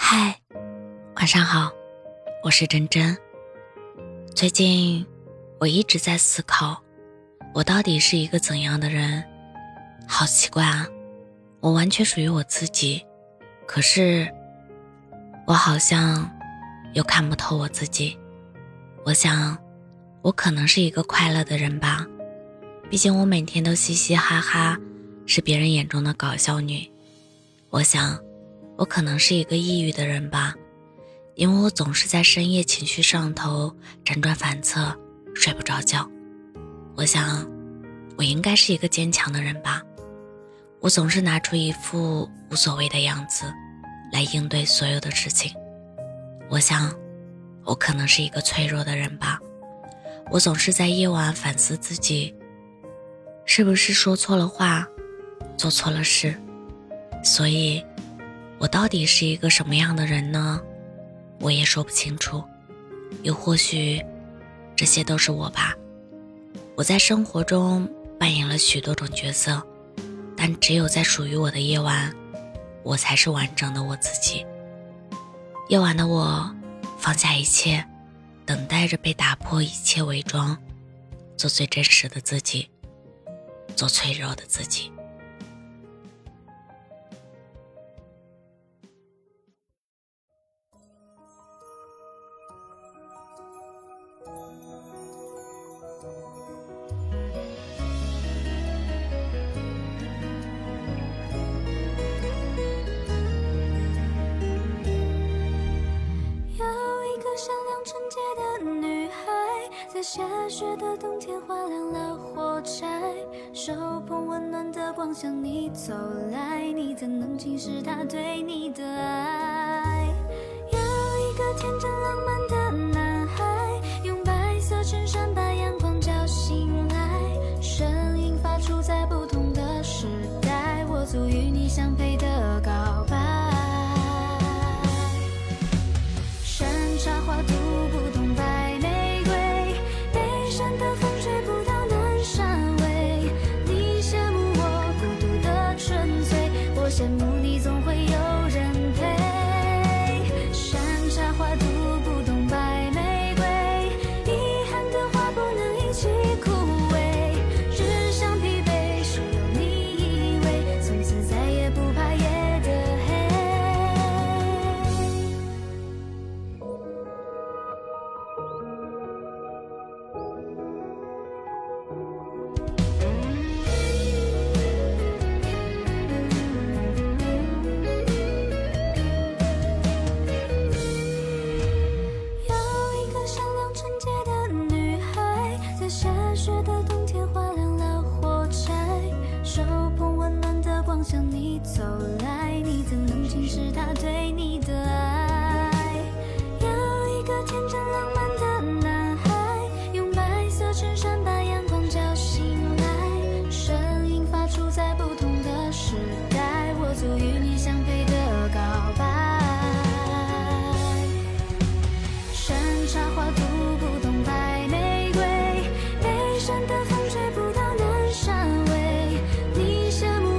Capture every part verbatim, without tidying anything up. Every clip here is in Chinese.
嗨，晚上好，我是真真。最近我一直在思考，我到底是一个怎样的人？好奇怪啊，我完全属于我自己，可是我好像又看不透我自己。我想我可能是一个快乐的人吧，毕竟我每天都嘻嘻哈哈，是别人眼中的搞笑女。我想我可能是一个抑郁的人吧，因为我总是在深夜情绪上头，辗转反侧，睡不着觉。我想我应该是一个坚强的人吧，我总是拿出一副无所谓的样子来应对所有的事情。我想我可能是一个脆弱的人吧，我总是在夜晚反思自己是不是说错了话，做错了事。所以我到底是一个什么样的人呢？我也说不清楚，又或许这些都是我吧。我在生活中扮演了许多种角色，但只有在属于我的夜晚，我才是完整的我自己。夜晚的我放下一切，等待着被打破一切伪装，做最真实的自己，做脆弱的自己。 在下雪的冬天划亮了火柴，手捧温暖的光向你走来，你怎能轻视他对你的爱？有一个天真浪漫的男孩，用白色衬衫把阳光叫醒来，声音发出在不同的时代，我足与你相配的告白。山茶花吐不动白玫瑰，北山的风吹不到南山味，你羡慕我孤独的纯粹，我羡慕你总会有人陪。山茶花吐不动白玫瑰，遗憾的话不能一起枯萎，只想疲惫是有你依偎，从此再也不怕夜的黑。向你走来，你怎能轻视他对你的爱？有一个天真浪漫的男孩，用白色衬衫把阳光叫醒来，声音发出在不同的时代，我足与你相配的告白。山茶花吐不动白玫瑰，北山的风吹不到南山味，你羡慕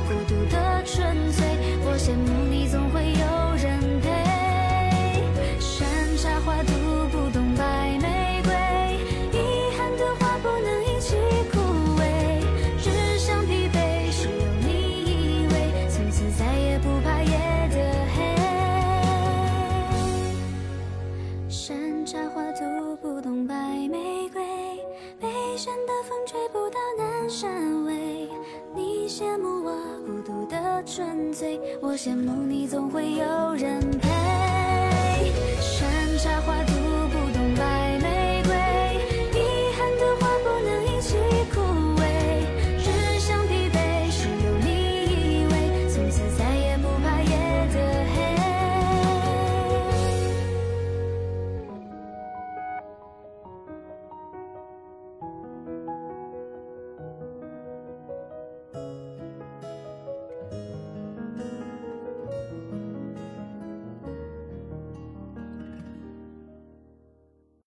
我羡慕你总会有人陪。山茶花吐不动白玫瑰，遗憾的话不能一起枯萎，只想疲惫是有你依偎，从此再也不怕夜的黑。山茶花吐不动白玫瑰，北山的风吹不到南山味，你羡慕我孤独的纯粹，我羡慕你总会有人陪。山茶花吐